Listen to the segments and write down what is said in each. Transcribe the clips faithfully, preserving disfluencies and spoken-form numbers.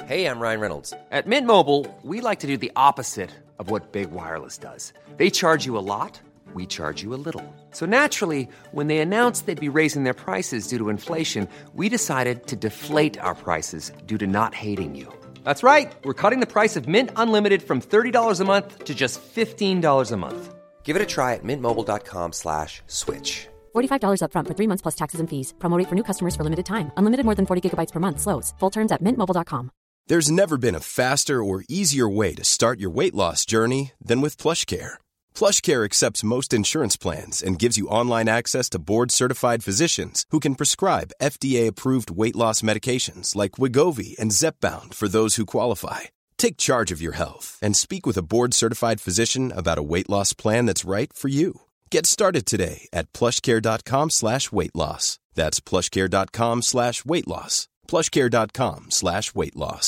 Hey, I'm Ryan Reynolds. At Mint Mobile, we like to do the opposite of what Big Wireless does. They charge you a lot, we charge you a little. So naturally, when they announced they'd be raising their prices due to inflation, we decided to deflate our prices due to not hating you. That's right. We're cutting the price of Mint Unlimited from thirty dollars a month to just fifteen dollars a month. Give it a try at mintmobile.com slash switch. forty-five dollars up front for three months plus taxes and fees. Promo rate for new customers for limited time. Unlimited more than forty gigabytes per month. Slows full terms at mint mobile dot com. There's never been a faster or easier way to start your weight loss journey than with PlushCare. PlushCare accepts most insurance plans and gives you online access to board-certified physicians who can prescribe F D A-approved weight loss medications like Wegovy and Zepbound for those who qualify. Take charge of your health and speak with a board-certified physician about a weight loss plan that's right for you. Get started today at plushcare.com slash weight loss. That's plushcare.com slash weight loss. plushcare.com slash weight loss.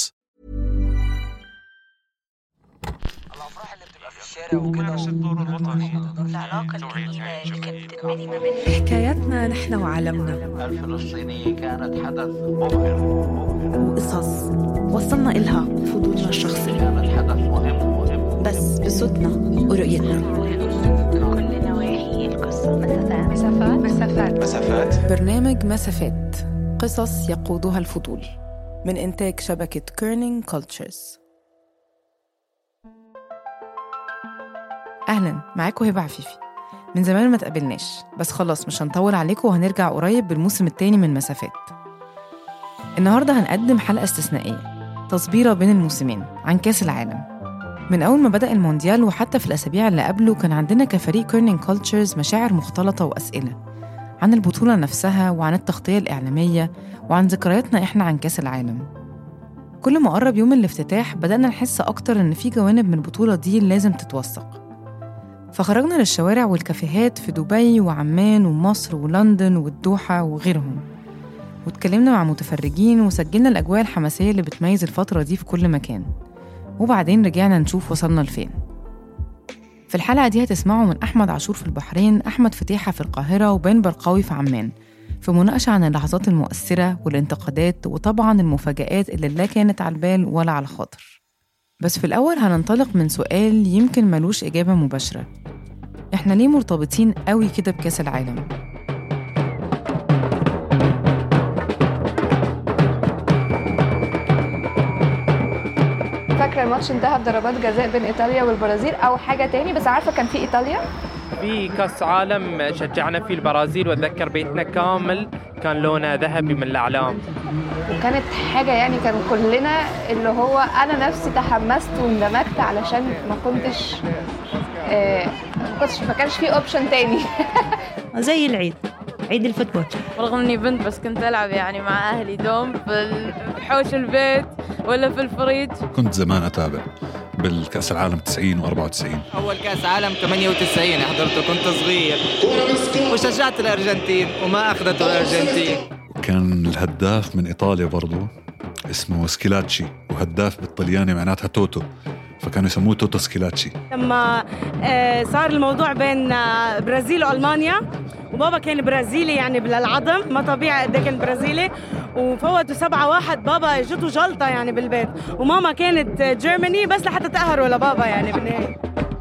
حكاياتنا نحن وعالمنا. الفلسطينية كانت حدث مبهر وقصص وصلنا إلها فضولنا الشخصي. كانت حدث مهم مهم بس بصوتنا ورؤيتنا. كل نواحي القصة. مسافات مسافات مسافات برنامج مسافات، قصص يقودها الفضول، من إنتاج شبكة كيرنينج كولتشرز. أهلاً، معاكم هبة عفيفي. من زمان ما تقابلناش، بس خلاص مش هنطول عليكم وهنرجع قريب بالموسم الثاني من مسافات. النهاردة هنقدم حلقة استثنائية، تصبيرة بين الموسمين عن كاس العالم. من أول ما بدأ المونديال وحتى في الأسابيع اللي قبله كان عندنا كفريق كيرنينج كولتشرز مشاعر مختلطة وأسئلة عن البطولة نفسها وعن التغطية الإعلامية وعن ذكرياتنا إحنا عن كاس العالم. كل ما قرب يوم الافتتاح بدأنا نحس أكتر إن في جوانب من البطولة دي لازم تتوثق. فخرجنا للشوارع والكافيهات في دبي وعمان ومصر ولندن والدوحة وغيرهم، واتكلمنا مع متفرجين وسجلنا الأجواء الحماسية اللي بتميز الفترة دي في كل مكان. وبعدين رجعنا نشوف وصلنا لفين. في الحلقة دي هتسمعوا من أحمد عاشور في البحرين، أحمد فتيحة في القاهرة، وبين برقاوي في عمان، في مناقشة عن اللحظات المؤثرة والانتقادات وطبعاً المفاجآت اللي لا كانت على البال ولا على الخاطر. بس في الأول هننطلق من سؤال يمكن ملوش إجابة مباشرة: إحنا ليه مرتبطين قوي كده بكاس العالم؟ فاكرة الماتش انتهى بضربات جزاء بين إيطاليا والبرازيل أو حاجة تاني، بس عارفة كان في إيطاليا في كاس عالم شجعنا فيه البرازيل، واتذكر بيتنا كامل كان لونه ذهبي من الأعلام، وكانت حاجة يعني كان كلنا اللي هو أنا نفسي تحمست واندمجت علشان ما كنتش آه ما كنتش ما كانش في أوبشن تاني. زي العيد، عيد الفوتبول. رغم اني بنت بس كنت العب يعني مع اهلي دوم في حوش البيت ولا في الفريج. كنت زمان اتابع بالكاس العالم تسعين وأربعة وتسعين. اول كاس عالم ثمانية وتسعين حضرته، كنت صغير وشجعت الارجنتين وما اخذته الارجنتين. كان الهداف من ايطاليا برضو اسمه سكيلاتشي، وهداف بالطلياني معناتها توتو، فكانوا يسموه توتو سكيلاتشي. لما صار الموضوع بين برازيل وألمانيا، وبابا كان برازيلي يعني بالعظم، ما طبيعي قد كان برازيلي، وفوتوا سبعة واحد، بابا جته جلطة يعني بالبيت، وماما كانت جيرماني بس لحتى تقهروا لبابا يعني بالنهاية.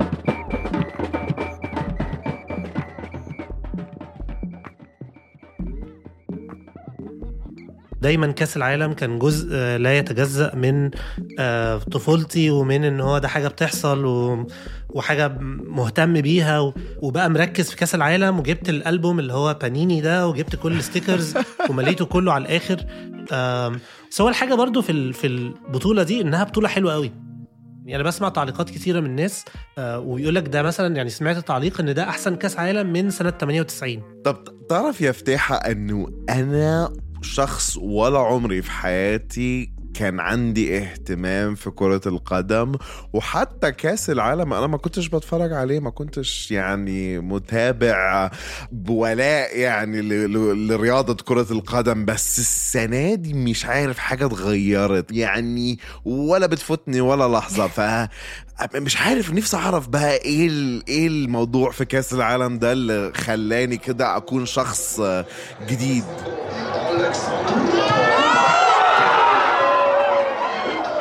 دايما كاس العالم كان جزء لا يتجزأ من طفولتي، ومن ان هو ده حاجة بتحصل وحاجة مهتم بيها، وبقى مركز في كاس العالم، وجبت الألبوم اللي هو بانيني ده، وجبت كل الستيكرز ومليته كله على الآخر. سوى الحاجة برضو في في البطولة دي انها بطولة حلوة قوي. يعني بسمع تعليقات كثيرة من الناس ويقولك ده مثلا، يعني سمعت تعليق ان ده احسن كاس عالم من سنة ثمانية وتسعين. طب تعرف يا فتيحة انه انا شخص ولا عمري في حياتي كان عندي اهتمام في كرة القدم، وحتى كاس العالم أنا ما كنتش بتفرج عليه، ما كنتش يعني متابع بولاء يعني لرياضة كرة القدم. بس السنة دي مش عارف حاجة اتغيرت يعني، ولا بتفوتني ولا لحظة. ف مش عارف، نفسي أعرف بقى إيه إيه الموضوع في كاس العالم ده اللي خلاني كده أكون شخص جديد.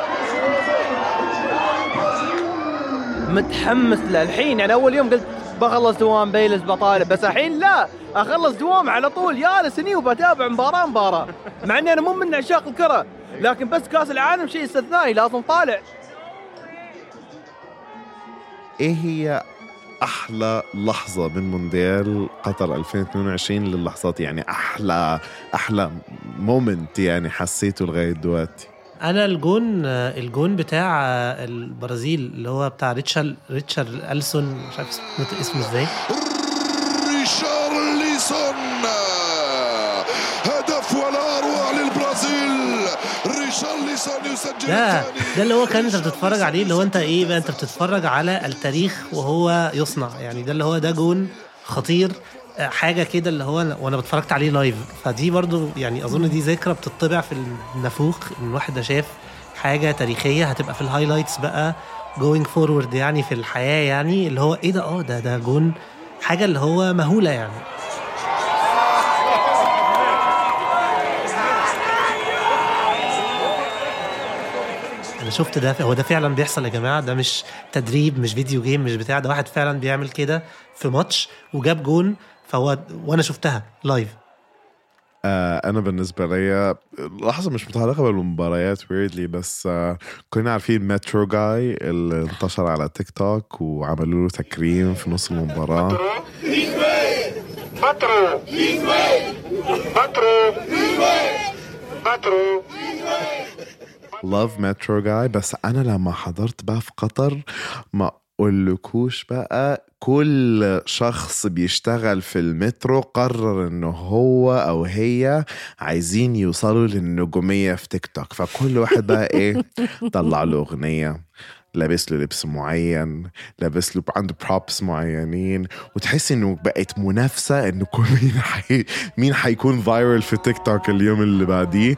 متحمس للحين. يعني أول يوم قلت بخلص دوام بيلز بطالب، بس الحين لا، أخلص دوام على طول جالس هني وبتابع مباراة مباراة، مع إني أنا مو من عشاق الكرة، لكن بس كأس العالم شيء استثنائي لازم طالع. إيه هي أحلى لحظة من مونديال قطر ألفين واثنين وعشرين للحظات، يعني أحلى أحلى مومنت يعني حسيته لغاية دلوقتي؟ انا الجون الجون بتاع البرازيل اللي هو بتاع ريتشارد ريتشارد ألسون، مش عارف اسمه اسمه ازاي، ريشارليسون، هدف ولا اروع للبرازيل. ريشارليسون يسجل ده ده اللي هو كان انت بتتفرج عليه، اللي هو انت ايه بقى، انت بتتفرج على التاريخ وهو يصنع. يعني ده اللي هو ده جون خطير، حاجه كده اللي هو وانا بتفرجت عليه لايف. فدي برضو يعني اظن دي ذكرى بتطبع في النافوخ، ان الواحد ده شاف حاجه تاريخيه هتبقى في الهايلايتس بقى جوينج فورورد يعني في الحياه، يعني اللي هو ايه ده، اه ده ده جون حاجه اللي هو مهوله يعني. انا شفت ده، هو ده فعلا بيحصل يا جماعه، ده مش تدريب، مش فيديو جيم، مش بتاع، ده واحد فعلا بيعمل كده في ماتش وجاب جون. فهو وانا شفتها لايف. آه انا بالنسبه لي لحظه مش متعلقه بالمباريات ويردلي، بس آه كنا عارفين مترو جاي اللي انتشر على تيك توك وعملوا له تكريم في نص المباراه. مترو مترو مترو love metro guy. بس انا لما حضرت بقى في قطر ما اقولكوش بقى، كل شخص بيشتغل في المترو قرر انه هو او هي عايزين يوصلوا للنجومية في تيك توك. فكل واحد بقى ايه طلع له اغنية، لابس له لبس معين، لابس له عنده بروبس معينين، وتحس انه بقت منافسة انه كل مين حي... مين حيكون فايرل في تيك توك اليوم اللي بعديه.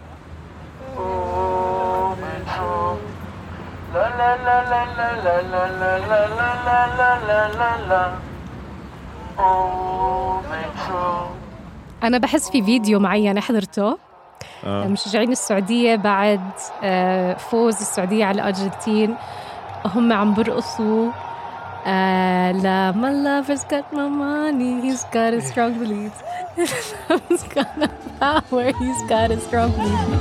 أنا بحس في فيديو معين حضرته آه. مشجعين السعودية بعد فوز السعودية على الأرجنتين، هم عم برقصوا لا my lover's got my money, he's got a strong belief, he's got a power, he's got a strong belief.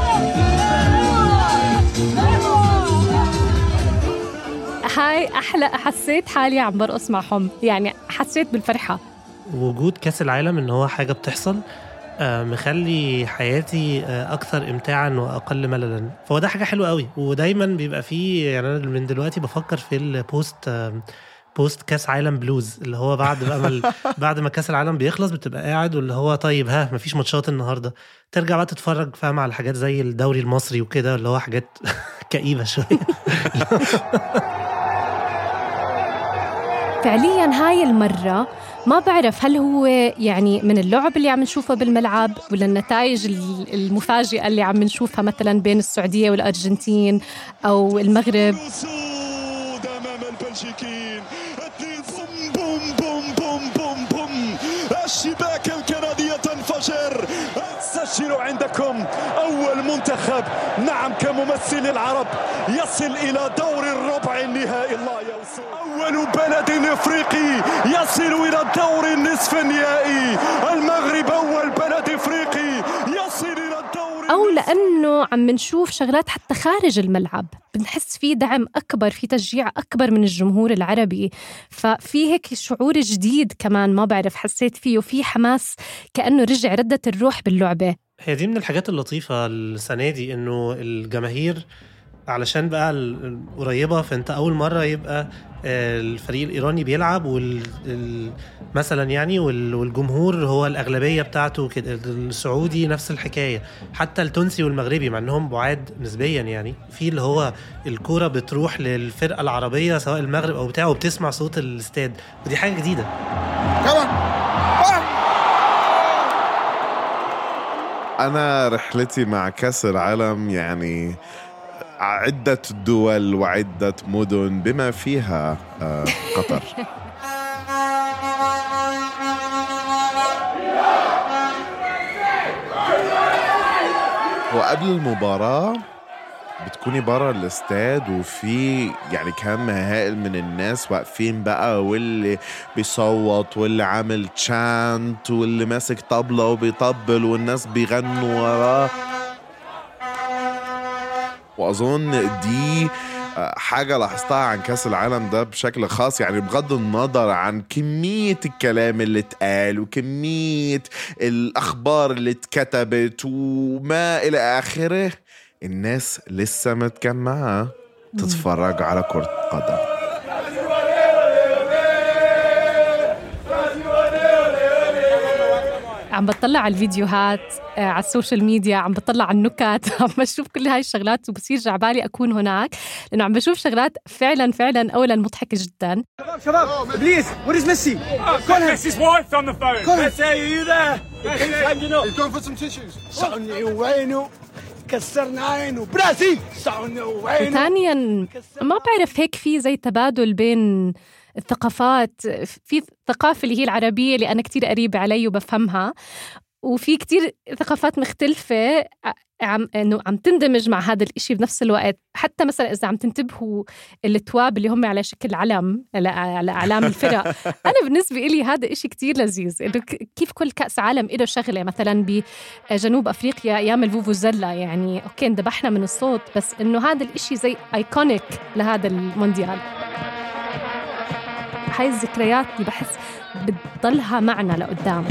هاي أحلى، حسيت حالي عم برقص معهم، يعني حسيت بالفرحة. وجود كاس العالم إن هو حاجة بتحصل مخلي حياتي أكثر إمتاعاً وأقل مللاً، فهو ده حاجة حلوة قوي. ودايماً بيبقى فيه، يعني أنا من دلوقتي بفكر في البوست بوست كاس عالم بلوز، اللي هو بعد بقى ما بعد ما كاس العالم بيخلص بتبقى قاعد واللي هو طيب ها مفيش ماتشات النهارده، ترجع بقى تتفرج فاهم على حاجات زي الدوري المصري وكده، اللي هو حاجات كئيبة شوية. فعلياً هاي المرة ما بعرف هل هو يعني من اللعب اللي عم نشوفه بالملعب ولا النتائج المفاجئة اللي عم نشوفها مثلاً بين السعودية والأرجنتين أو المغرب. أمام البلجيكيين بوم بوم بوم بوم بوم، الشباك الكندية تنفجر. سجلوا عندكم أول منتخب، نعم كممثل العرب، يصل إلى دور الربع النهائي. الله يوصل أول بلد إفريقي يصل إلى الدور النصف النهائي. المغرب أول بلد إفريقي يصل إلى الدور، أو لأنه عم نشوف شغلات حتى خارج الملعب بنحس فيه دعم أكبر، في تشجيع أكبر من الجمهور العربي، ففي هيك شعور جديد كمان ما بعرف حسيت فيه، وفي حماس كأنه رجع ردة الروح باللعبة. هي دي من الحاجات اللطيفة السنة دي، إنه الجماهير علشان بقى القريبة، فأنت أول مرة يبقى الفريق الإيراني بيلعب وال مثلا يعني والجمهور هو الأغلبية بتاعته كده. السعودي نفس الحكاية، حتى التونسي والمغربي مع أنهم بعاد نسبيا، يعني في اللي هو الكورة بتروح للفرقة العربية سواء المغرب أو بتاعه وبتسمع صوت الاستاد، ودي حاجة جديدة. أنا رحلتي مع كأس العالم يعني عدة دول وعدة مدن بما فيها قطر. وقبل المباراة بتكوني برا الاستاد وفي يعني كم هائل من الناس واقفين بقى، واللي بيصوت واللي عامل تشانت واللي ماسك طبلة وبيطبل والناس بيغنوا وراه. وأظن دي حاجة لاحظتها عن كأس العالم ده بشكل خاص، يعني بغض النظر عن كمية الكلام اللي اتقال وكمية الأخبار اللي اتكتبت وما إلى آخره، الناس لسه متجمعة تتفرج على كرة قدم. عم بطلع على الفيديوهات على السوشيال ميديا، عم بطلع على النكات، عم بشوف كل هاي الشغلات وبصير جعبالي أكون هناك، لأنه عم بشوف شغلات فعلا فعلا أولا مضحكة جدا. شباب شباب بليز وير از ميسي؟ call his wife on the phone. Let's say you there. He's hanging up. He's going for some tissues. صعني وعينه كسرنا عينه برازيل صعني وعينه. وثانيا ما بعرف هيك في زي تبادل بين الثقافات، في ثقافة اللي هي العربية اللي أنا كتير قريبة علي وبفهمها، وفي كتير ثقافات مختلفة عم إنه عم تندمج مع هذا الإشي بنفس الوقت. حتى مثلا إذا عم تنتبهوا التواب اللي هم على شكل علم، على أعلام الفرق، أنا بالنسبة إلي هذا إشي كتير لذيذ، إنه كيف كل كأس عالم إله شغلة. مثلا بجنوب أفريقيا أيام الفوفوزيلا، يعني أوكي اندبحنا من الصوت، بس إنه هذا الإشي زي ايكونيك لهذا المونديال. هاي الذكريات اللي بحس بتضلها معنا لقدام.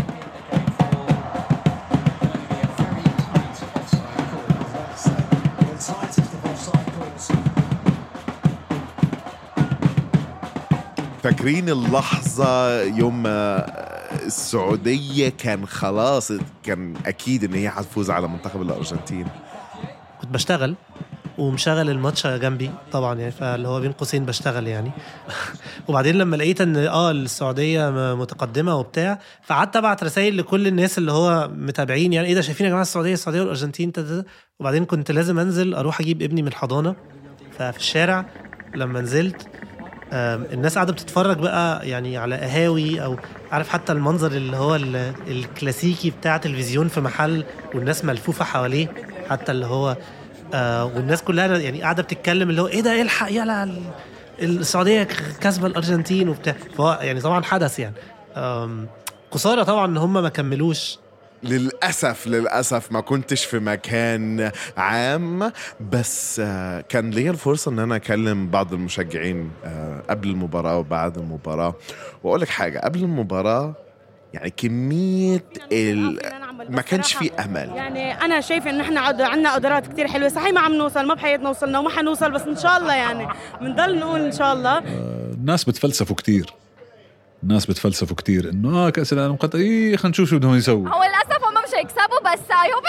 فاكرين اللحظة يوم السعودية كان خلاص كان أكيد إن هي هتفوز على منتخب الأرجنتين؟ كنت بشتغل ومشغل الماتش جنبي طبعا، يعني فاللي هو بين قوسين بشتغل يعني. وبعدين لما لقيت ان اه السعوديه متقدمه وبتاع، فقعدت ابعت رسائل لكل الناس اللي هو متابعين، يعني ايه ده شايفين يا جماعه السعوديه السعوديه والارجنتين تدد. وبعدين كنت لازم انزل اروح اجيب ابني من الحضانه، ففي الشارع لما نزلت الناس قاعده بتتفرج بقى يعني على قهاوي، او عارف حتى المنظر اللي هو الكلاسيكي بتاع تلفزيون في محل والناس ملفوفه حواليه، حتى اللي هو آه والناس كلها يعني قاعده بتتكلم اللي هو ايه ده الحق يلا السعوديه كسبه الارجنتين وبتاع. فهو يعني طبعا حدث يعني خساره طبعا ان هم ما كملوش. للأسف للأسف ما كنتش في مكان عام، بس آه كان لي الفرصة ان انا اكلم بعض المشجعين آه قبل المباراة وبعد المباراة، واقول لك حاجة قبل المباراة يعني كمية ال... ما كانش في أمل. يعني أنا شايف إن إحنا عندنا قدرات كتير حلوة، صحيح ما عم نوصل، ما بحياتنا وصلنا وما حنوصل، بس إن شاء الله يعني بنضل نقول إن شاء الله. الناس بتفلسفوا كتير، الناس بتفلسفوا كتير إنه آه كأس العالم قد إيه خلينا نشوف شو بدهم يسووا. هو للأسف هم مش هيكسبوا، بس أيوب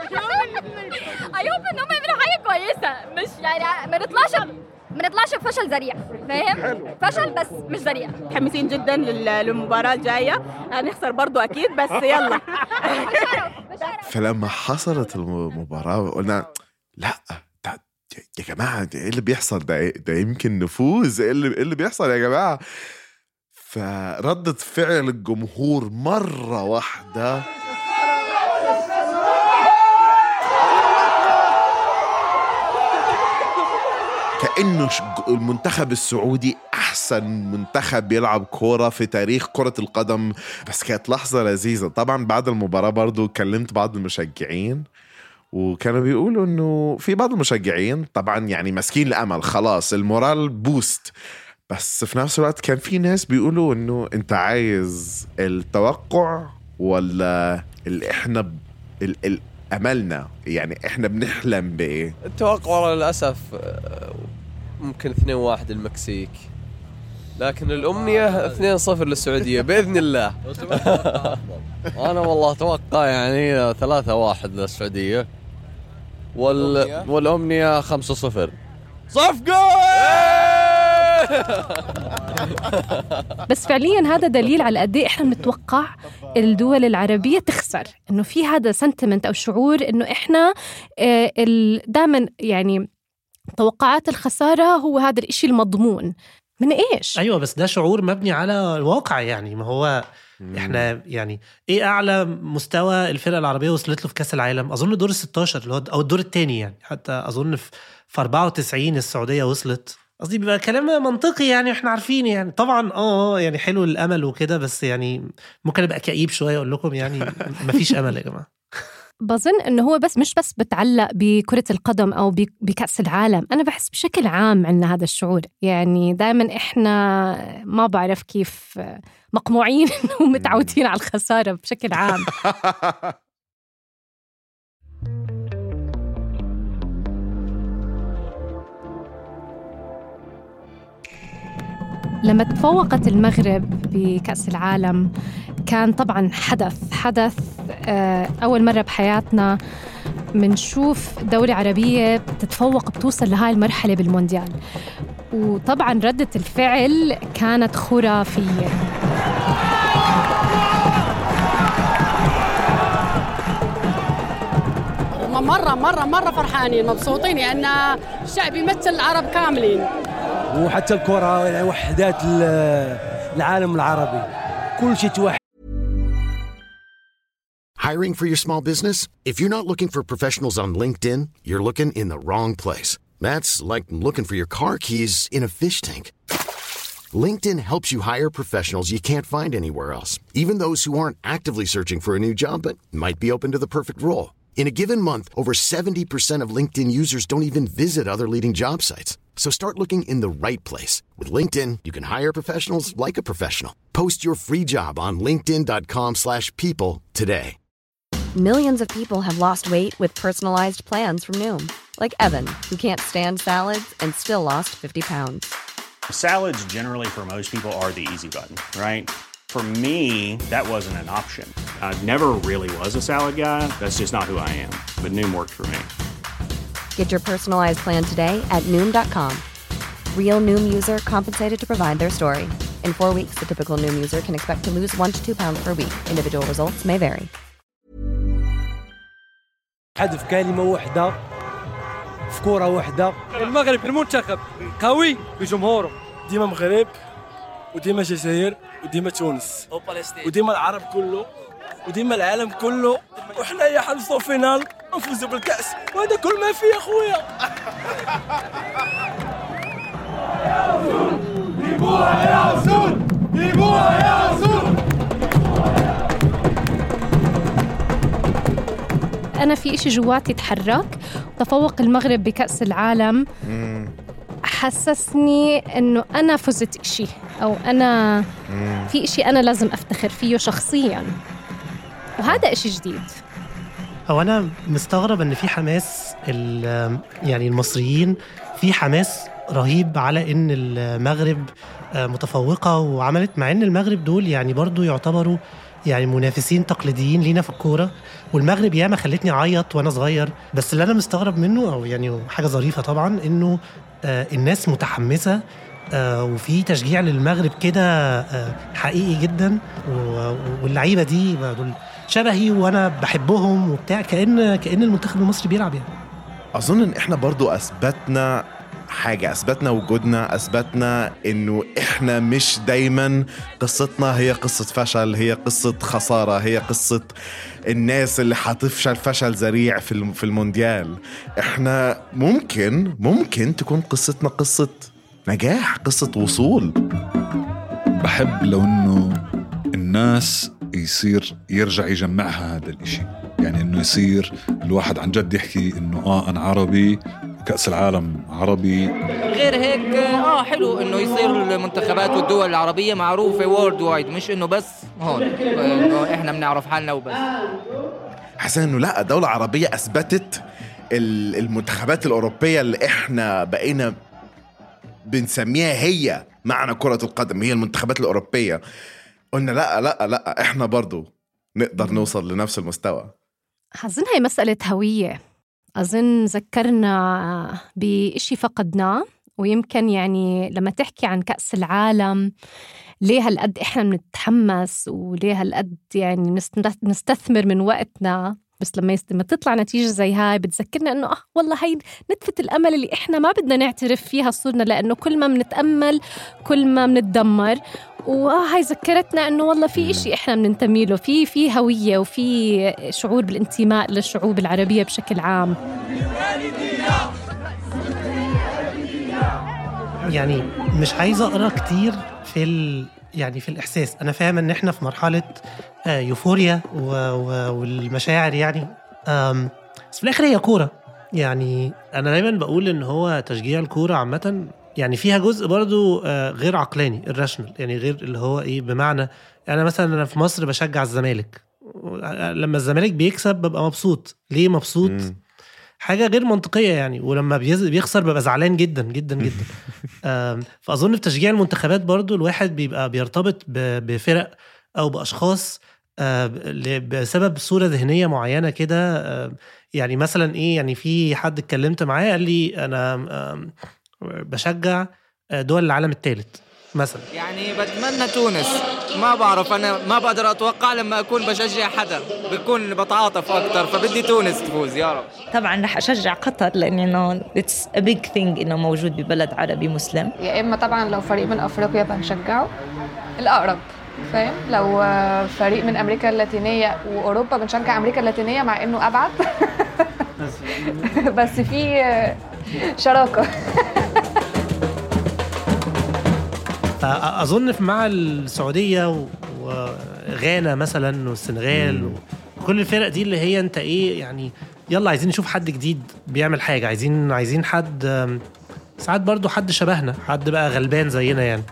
أيوب إنهم يعملوا حاجة كويسة، مش يعني ما نطلعش ما نطلعش بفشل ذريع، فاهم؟ فشل بس مش ذريع. متحمسين جدا للمباراة الجاية، هنخسر برضو أكيد بس يلا. فلما حصلت المباراة قلنا لا يا جماعة ايه اللي بيحصل ده؟ ده يمكن نفوز، ايه اللي, إيه اللي بيحصل يا جماعة؟ فردت فعل الجمهور مرة واحدة كأنه المنتخب السعودي أحسن منتخب بيلعب كورة في تاريخ كرة القدم. بس كانت لحظة لذيذة. طبعا بعد المباراة برضو كلمت بعض المشجعين وكانوا بيقولوا إنه في بعض المشجعين طبعا يعني مسكين الأمل، خلاص المورال بوست، بس في نفس الوقت كان في ناس بيقولوا إنه أنت عايز التوقع ولا اللي إحنا ب... ال... ال... أملنا، يعني إحنا بنحلم بإيه؟ التوقع للأسف ممكن اثنين واحد المكسيك، لكن الأمنية اثنين صفر للسعودية بإذن الله. أنا والله أتوقع يعني ثلاثة واحد للسعودية، وال... والأمنية خمسة صفر. صفقة! بس فعليا هذا دليل على قد ايه احنا بنتوقع الدول العربية تخسر، انه في هذا سنتمنت او شعور انه احنا دائما يعني توقعات الخسارة هو هذا الاشي المضمون من ايش. ايوه بس ده شعور مبني على الواقع، يعني ما هو احنا يعني ايه اعلى مستوى الفرقه العربيه وصلت له في كاس العالم؟ اظن دور الستاشر اللي هو او الدور الثاني يعني. حتى اظن في أربعة وتسعين السعوديه وصلت. قصدي بيبقى كلام منطقي يعني، احنا عارفين يعني. طبعا اه يعني حلو الامل وكده، بس يعني ممكن ابقى كئيب شويه اقول لكم يعني مفيش امل يا جماعه. بظن إنه هو بس مش بس بتعلق بكرة القدم أو بكأس العالم. أنا بحس بشكل عام عنا هذا الشعور يعني. دائما إحنا ما بعرف كيف مقموعين ومتعودين على الخسارة بشكل عام. لما تفوقت المغرب بكأس العالم كان طبعاً حدث حدث أول مرة بحياتنا منشوف دولة عربية بتتفوق بتوصل لهاي المرحلة بالمونديال. وطبعاً ردة الفعل كانت خرافية. مرة مرة مرة فرحانين مبسوطين لأن الشعب يمثل العرب كاملين، وحتى الكرة يعني وحدات العالم العربي كل شيء توحد. Hiring for your small business? If you're not looking for professionals on LinkedIn, you're looking in the wrong place. That's like looking for your car keys in a fish tank. LinkedIn helps you hire professionals you can't find anywhere else, even those who aren't actively searching for a new job but might be open to the perfect role. In a given month, over seventy percent of LinkedIn users don't even visit other leading job sites. So start looking in the right place. With LinkedIn, you can hire professionals like a professional. Post your free job on linkedin dot com slash people today. Millions of people have lost weight with personalized plans from Noom. Like Evan, who can't stand salads and still lost fifty pounds. Salads generally for most people are the easy button, right? For me, that wasn't an option. I never really was a salad guy. That's just not who I am. But Noom worked for me. Get your personalized plan today at noom dot com. Real Noom user compensated to provide their story. In four weeks, the typical Noom user can expect to lose one to two pounds per week. Individual results may vary. هدف كلمة واحدة في كرة واحدة. المغرب المنتخب قوي بجمهوره. ديما مغرب وديما جزائر وديما تونس وديما العرب كله وديما العالم كله، وإحنا يا حنوصلوا فينال نفوزوا بالكأس، وهذا كل ما فيه أخويا. جيبوها يا أسود، جيبوها يا أسود. أنا في إشي جواتي تحرك. تفوق المغرب بكأس العالم حسسني إنه أنا فزت إشي، أو أنا في إشي أنا لازم أفتخر فيه شخصياً، وهذا إشي جديد. هو أنا مستغرب إن في حماس يعني المصريين في حماس رهيب على إن المغرب متفوقة وعملت، مع إن المغرب دول يعني برضو يعتبروا يعني منافسين تقليديين لينا في الكورة، والمغرب ياما خلتني عيط وأنا صغير. بس اللي أنا مستغرب منه أو يعني حاجة ظريفة طبعا إنه آه الناس متحمسة آه وفي تشجيع للمغرب كده آه حقيقي جدا، واللعيبة دي دول شبهي وأنا بحبهم وبتاع، كأن كأن المنتخب المصري بيلعب يعني. أظن إن إحنا برضو أثبتنا حاجة، أثبتنا وجودنا، أثبتنا إنه إحنا مش دايما قصتنا هي قصة فشل، هي قصة خسارة، هي قصة الناس اللي حتفشل فشل ذريع في في المونديال. إحنا ممكن ممكن تكون قصتنا قصة نجاح، قصة وصول. بحب لو إنه الناس يصير يرجع يجمعها هذا الإشي، يعني إنه يصير الواحد عن جد يحكي إنه آه أنا عربي، كأس العالم عربي. غير هيك آه حلو إنه يصير المنتخبات والدول العربية معروفة وورد وايد، مش إنه بس هون إنه إحنا بنعرف حالنا وبس. حسن إنه لا، دولة عربية أثبتت المنتخبات الأوروبية اللي إحنا بقينا بنسميها هي معنى كرة القدم، هي المنتخبات الأوروبية. قلنا لا لا لا إحنا برضو نقدر نوصل لنفس المستوى. أظن هي مسألة هوية. أظن ذكرنا بإشي فقدناه، ويمكن يعني لما تحكي عن كأس العالم ليه هالقد إحنا بنتحمس وليه هالقد يعني نستثمر من وقتنا، بس لما لما تطلع نتيجة زي هاي بتذكرنا إنه آه والله هاي نتفة الأمل اللي إحنا ما بدنا نعترف فيها صرنا، لأنه كل ما بنتأمل كل ما بنتدمر. وهاي ذكرتنا إنه والله في إشي إحنا بننتمي له، في في هوية وفي شعور بالانتماء للشعوب العربية بشكل عام. يعني مش عايز أقرأ كتير في ال... يعني في الإحساس. أنا فاهم إن إحنا في مرحلة آه يوفوريا و... و... والمشاعر يعني، آم... بس في الآخر هي كورة. يعني أنا دايما بقول إن هو تشجيع الكورة عامة يعني فيها جزء برضو آه غير عقلاني، الراشنال، يعني غير اللي هو إيه، بمعنى يعني مثلا أنا في مصر بشجع الزمالك، لما الزمالك بيكسب ببقى مبسوط. ليه مبسوط؟ م. حاجة غير منطقية يعني. ولما بيخسر ببقى زعلان جدا جدا جدا. فأظن في تشجيع المنتخبات برضو الواحد بيبقى بيرتبط بفرق أو بأشخاص بسبب صورة ذهنية معينة كده. يعني مثلا إيه، يعني في حد اتكلمت معاه قال لي أنا بشجع دول العالم الثالث مثلا. يعني بتمنى تونس، ما بعرف، أنا ما بقدر أتوقع لما أكون بشجع حدا، بكون بتعاطف أكتر، فبدي تونس تفوز يا رب. طبعا رح أشجع قطر لأنه it's a big thing إنه موجود ببلد عربي مسلم. يا إما طبعا لو فريق من أفريقيا بنشجعه الأقرب، فاهم؟ لو فريق من أمريكا اللاتينية وأوروبا بنشجع أمريكا اللاتينية مع إنه أبعد بس في شراكة. فأظن مع السعودية وغانا مثلا والسنغال وكل الفرق دي اللي هي انت ايه يعني، يلا عايزين نشوف حد جديد بيعمل حاجة، عايزين عايزين حد ساعات برضو حد شبهنا، حد بقى غلبان زينا يعني.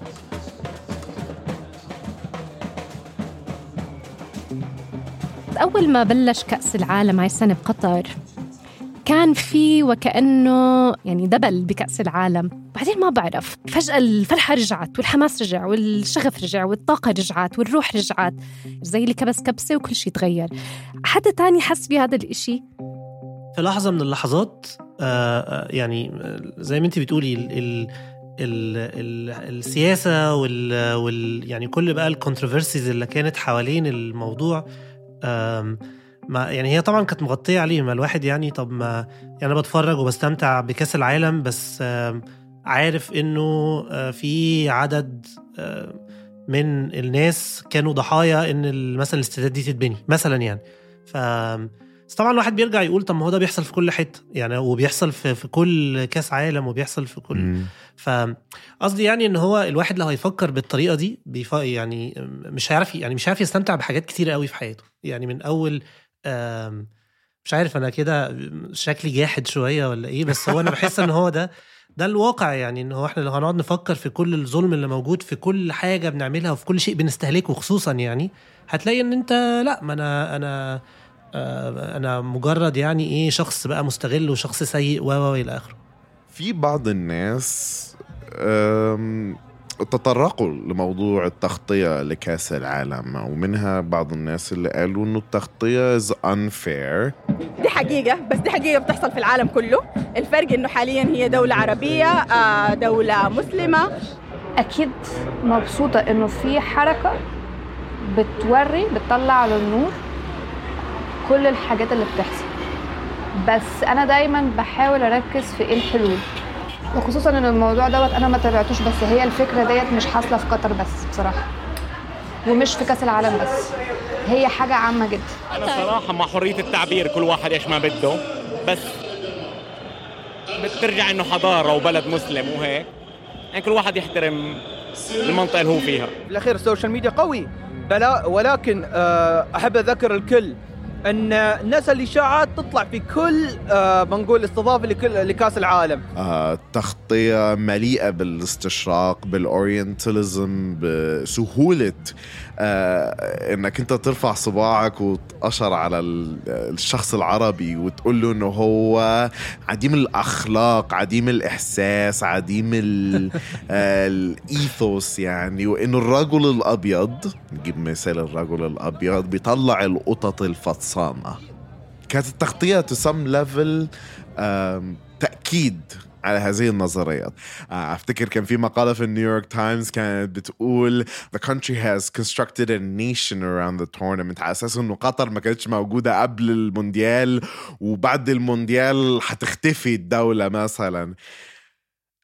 أول ما بلش كأس العالم هاي السنة بقطر كان في وكأنه يعني دبل بكأس العالم، بعدين ما بعرف فجأة الفرحة رجعت والحماس رجع والشغف رجع والطاقة رجعت والروح رجعت، زي اللي كبس كبسة وكل شيء تغير. حد تاني حس بهذا الإشي في لحظة من اللحظات. آه يعني زي ما انت بتقولي ال ال ال ال السياسة وال, وال يعني كل بقى الكونتروفيرسيز اللي كانت حوالين الموضوع، آه ما يعني هي طبعا كانت مغطية عليه. ما الواحد يعني طب ما يعني أنا بتفرج وبستمتع بكأس العالم، بس عارف إنه في عدد من الناس كانوا ضحايا إن مثلا الاستادات دي تتبني مثلا يعني. ف طبعا الواحد بيرجع يقول طب ما هو ده بيحصل في كل حتة يعني، وبيحصل في, في كل كأس عالم وبيحصل في كل. فقصدي يعني إن هو الواحد لو هيفكر بالطريقة دي بيف... يعني مش هيعرف يعني مش هيعرف يستمتع بحاجات كتيرة قوي في حياته يعني. من أول مش عارف أنا كده شكلي جاحد شوية ولا إيه، بس هو أنا بحس إن هو ده ده الواقع يعني. إن هو إحنا لو هنقعد نفكر في كل الظلم اللي موجود في كل حاجة بنعملها وفي كل شيء بنستهلكه خصوصا يعني، هتلاقي إن أنت لا ما أنا أنا أنا مجرد يعني إيه شخص بقى مستغل وشخص سيء و إلى آخره. في بعض الناس تطرقوا لموضوع التغطية لكأس العالم، ومنها بعض الناس اللي قالوا إنه التغطية is unfair. دي حقيقة، بس دي حقيقة بتحصل في العالم كله. الفرق إنه حاليا هي دولة عربية، دولة مسلمة. أكيد مبسوطة إنه في حركة بتوري بتطلع للنور كل الحاجات اللي بتحصل، بس أنا دايما بحاول أركز في إيه الحلول، وخصوصا ان الموضوع دوت انا ما تابعتوش، بس هي الفكره ديت مش حاصله في قطر بس بصراحه، ومش في كاس العالم بس، هي حاجه عامه جدا. انا صراحه مع حريه التعبير، كل واحد ايش ما بده، بس بترجع انه حضاره وبلد مسلم وهيك يعني كل واحد يحترم المنطقه اللي هو فيها. بالاخير السوشيال ميديا قوي بلا، ولكن احب اذكر الكل ان الناس الاشاعات تطلع في كل آه بنقول استضافه لكل لكاس العالم. آه تغطيه مليئه بالاستشراق، بالاورينتاليزم، بسهوله آه انك انت ترفع صباعك وتأشر على الشخص العربي وتقول له انه هو عديم الاخلاق، عديم الاحساس، عديم الايثوس يعني، وانه الرجل الابيض، نجيب مثال الرجل الابيض بيطلع القطط الفطسانه. كانت التغطيه to some level تأكيد على هذه النظريات. أفتكر كان في مقالة في نيويورك تايمز كانت بتقول the country has constructed a nation around the tournament، على أساس أنه قطر ما كانتش موجودة قبل المونديال وبعد المونديال حتختفي الدولة مثلا.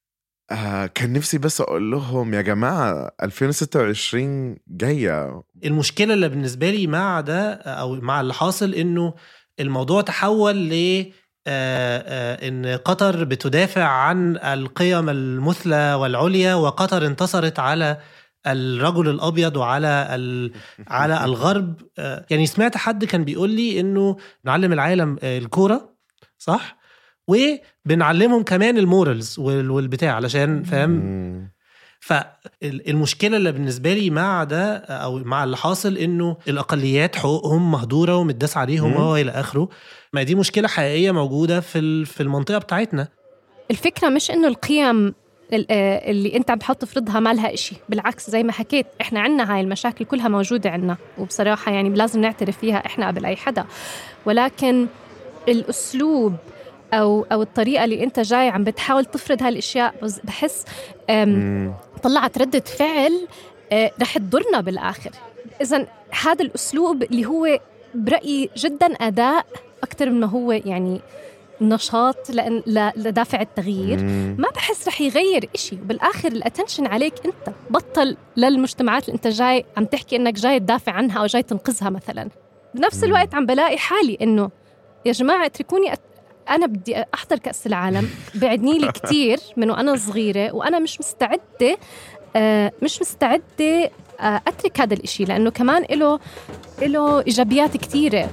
آه كان نفسي بس أقول لهم يا جماعة ألفين وستة وعشرين جاية. المشكلة اللي بالنسبة لي مع ده أو مع اللي حاصل إنه الموضوع تحول ل آه آه إن قطر بتدافع عن القيم المثلى والعليا، وقطر انتصرت على الرجل الأبيض وعلى ال... على الغرب. آه يعني سمعت حد كان بيقول لي إنه نعلم العالم آه الكورة صح، وبنعلمهم كمان المورالز والبتاع علشان فاهم. فالمشكلة اللي بالنسبة لي مع ده أو مع اللي حاصل إنه الأقليات حقوقهم مهدورة ومتداس عليهم وهو إلى آخره. ما دي مشكلة حقيقية موجودة في في المنطقة بتاعتنا. الفكرة مش إنه القيم اللي أنت عم بحط فرضها ما لها إشي، بالعكس زي ما حكيت إحنا عنا هاي المشاكل كلها موجودة عنا، وبصراحة يعني لازم نعترف فيها إحنا قبل أي حدا. ولكن الأسلوب أو أو الطريقة اللي أنت جاي عم بتحاول تفرض هالأشياء بحس طلعت ردة فعل رح تضرنا بالآخر. إذن هذا الأسلوب اللي هو برأيي جدا أداء أكتر من ما هو يعني نشاط لأن لدافع التغيير، ما بحس رح يغير إشي. بالآخر الاتنشن عليك أنت، بطل للمجتمعات اللي أنت جاي عم تحكي إنك جاي تدافع عنها أو جاي تنقذها مثلا. بنفس الوقت عم بلاقي حالي إنه يا جماعة اتركوني أت... أنا بدي أحضر كأس العالم، بعدني لي كتير من وأنا صغيرة، وأنا مش مستعدة آه مش مستعدة آه أترك هذا الإشي، لأنه كمان إله إله إيجابيات كتيرة.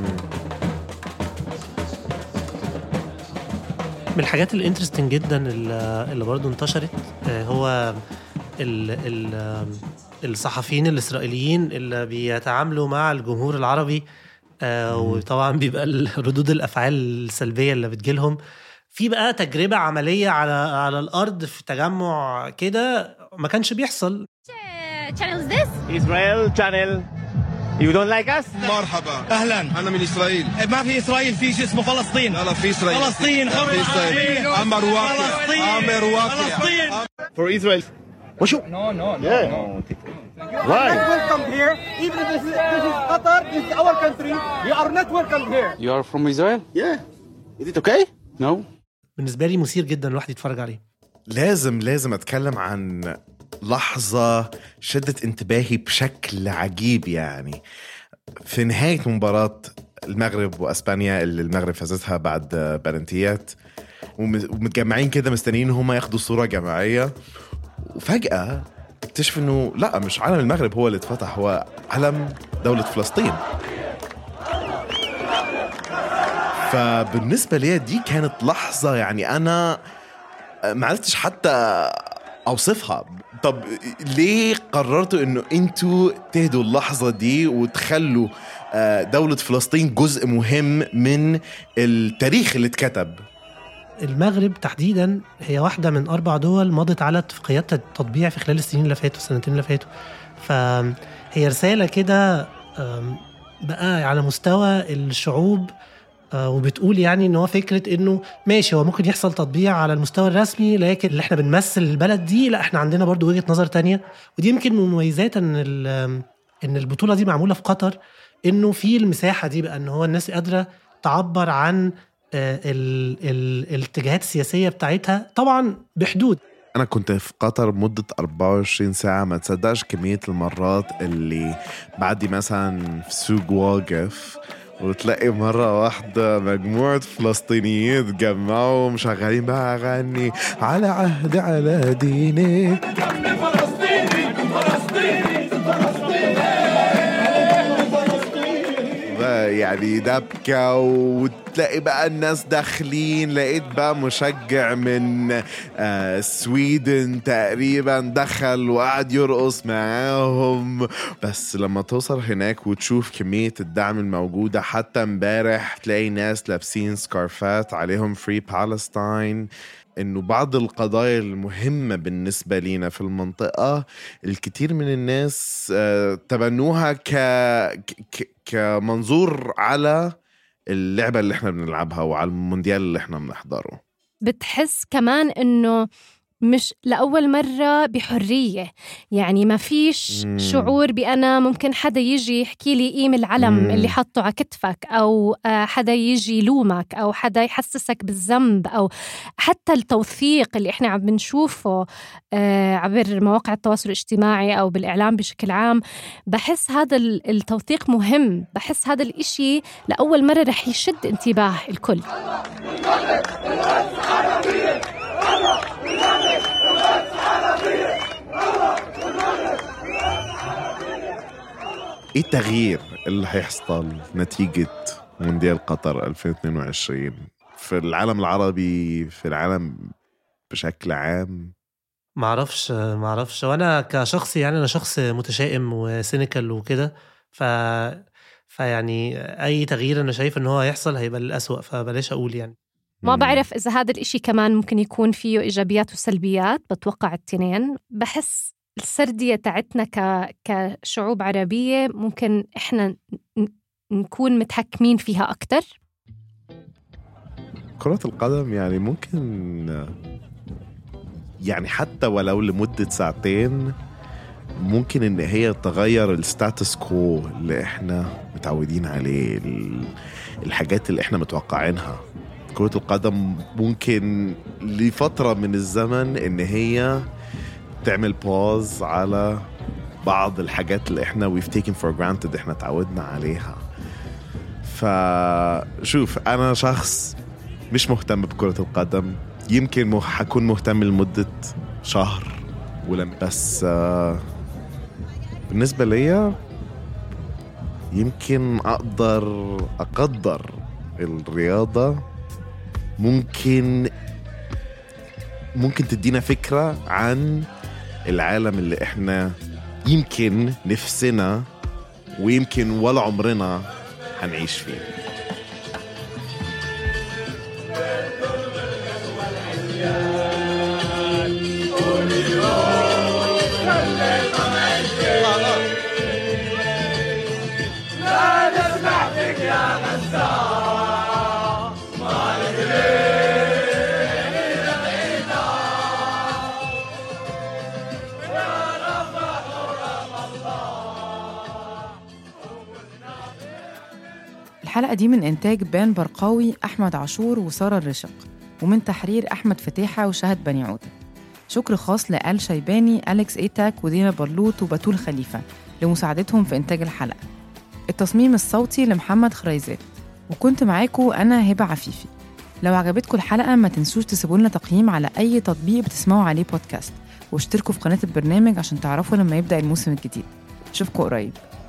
من الحاجات الانترستين جدا اللي برضو انتشرت آه هو ال ال الصحفيين الإسرائيليين اللي بيتعاملوا مع الجمهور العربي، آه وطبعا بيبقى ردود الأفعال السلبية اللي بتجيلهم. في بقى تجربة عملية على على الأرض في تجمع كده ما كانش بيحصل. channel is this? Israel channel. You don't like us? مرحبا أهلا، أنا من إسرائيل. ما في إسرائيل، في شيء اسمه فلسطين. لا لا في إسرائيل. فلسطين فلسطين. أمر واقع. أمر واقع. For Israel. وشو؟ No no no. Yeah. no. Why? Not welcome here. Even if this is, this is Qatar, this is our country. You are not welcome here. You are from Israel? Yeah. Is it okay? No. بالنسبة لي مثير جدا الواحد يتفرج عليه. لازم لازم أتكلم عن لحظة شدت انتباهي بشكل عجيب. يعني في نهاية مباراة المغرب وأسبانيا اللي المغرب فازتها بعد بلنتيات، ومتجمعين كده مستنيين هما ياخدوا صورة جماعية، وفجأة اكتشف انه لا، مش علم المغرب هو اللي اتفتح، هو علم دولة فلسطين. فبالنسبة لي دي كانت لحظة يعني أنا ما عرفتش حتى أوصفها. طب ليه قررتوا إنه أنتوا تهدوا اللحظة دي وتخلوا دولة فلسطين جزء مهم من التاريخ اللي اتكتب؟ المغرب تحديدا هي واحدة من أربع دول مضت على اتفاقيات التطبيع في خلال السنين اللي فاتوا السنتين اللي فاتوا. فهي رسالة كده بقى على مستوى الشعوب، وبتقول يعني إنه فكرة إنه ماشي هو ممكن يحصل تطبيع على المستوى الرسمي، لكن اللي احنا بنمثل البلد دي لا، احنا عندنا برضو وجهة نظر تانية. ودي يمكن من مميزات إن إن البطولة دي معمولة في قطر، إنه في المساحة دي بقى إن هو الناس قادرة تعبر عن ال ال الاتجاهات السياسية بتاعتها، طبعا بحدود. أنا كنت في قطر مدة أربعة وعشرين ساعة، ما تصدقش كمية المرات اللي بعدي مثلا في سوق واقف وتلاقي مرة واحدة مجموعة فلسطينيين تجمعوا مشغلين بقى أغاني على عهد على ديني يعني دبكة، وتلاقي بقى الناس داخلين. لقيت بقى مشجع من آه سويدن تقريبا دخل وقعد يرقص معاهم. بس لما توصل هناك وتشوف كمية الدعم الموجودة، حتى امبارح تلاقي ناس لابسين سكارفات عليهم Free Palestine، إنه بعض القضايا المهمة بالنسبة لينا في المنطقة الكثير من الناس تبنوها ك... ك... كمنظور على اللعبة اللي احنا بنلعبها وعلى المونديال اللي احنا بنحضره. بتحس كمان إنه مش لأول مرة بحرية، يعني ما فيش مم. شعور بأنا ممكن حدا يجي يحكي لي قيم العلم مم. اللي حطه على كتفك، أو آه، حدا يجي يلومك، أو حدا يحسسك بالذنب، أو حتى التوثيق اللي إحنا عم بنشوفه آه، عبر مواقع التواصل الاجتماعي أو بالإعلام بشكل عام. بحس هذا ال- التوثيق مهم، بحس هذا الإشي لأول مرة رح يشد انتباه الكل. ايه التغيير اللي هيحصل نتيجة مونديال قطر ألفين واثنين وعشرين في العالم العربي، في العالم بشكل عام؟ معرفش معرفش وانا كشخص، يعني انا شخص متشائم وسينيكال وكده، ف فيعني اي تغيير انا شايف ان هو هيحصل هيبقى للأسوأ، فبلاش اقول يعني. ما بعرف إذا هذا الإشي كمان ممكن يكون فيه إيجابيات وسلبيات، بتوقع التنين. بحس السردية تاعتنا ك... كشعوب عربية ممكن إحنا ن... نكون متحكمين فيها أكتر. كرة القدم يعني ممكن، يعني حتى ولو لمدة ساعتين، ممكن ان هي تغير الستاتس كو اللي احنا متعودين عليه، الحاجات اللي احنا متوقعينها. كرة القدم ممكن لفترة من الزمن ان هي تعمل باوز على بعض الحاجات اللي احنا we've taken for granted احنا تعودنا عليها. فشوف، انا شخص مش مهتم بكرة القدم، يمكن مه... حكون مهتم لمدة شهر ولم بس آه بالنسبة ليا يمكن أقدر أقدر الرياضة. ممكن ممكن تدينا فكرة عن العالم اللي احنا يمكن نفسنا ويمكن ولا عمرنا هنعيش فيه. الحلقة دي من إنتاج بان برقاوي، أحمد عاشور وسارة الرشق، ومن تحرير أحمد فتيحة وشهد بني عودة. شكر خاص لآل شيباني، أليكس إيتاك، ودينا برلوت، وبتول خليفة لمساعدتهم في إنتاج الحلقة. التصميم الصوتي لمحمد خريزات، وكنت معاكم أنا هبة عفيفي. لو عجبتكم الحلقة ما تنسوش تسيبولنا تقييم على أي تطبيق بتسمعوا عليه بودكاست، واشتركوا في قناة البرنامج عشان تعرفوا لما يبدأ الموسم الجديد. أشوفكم قريب.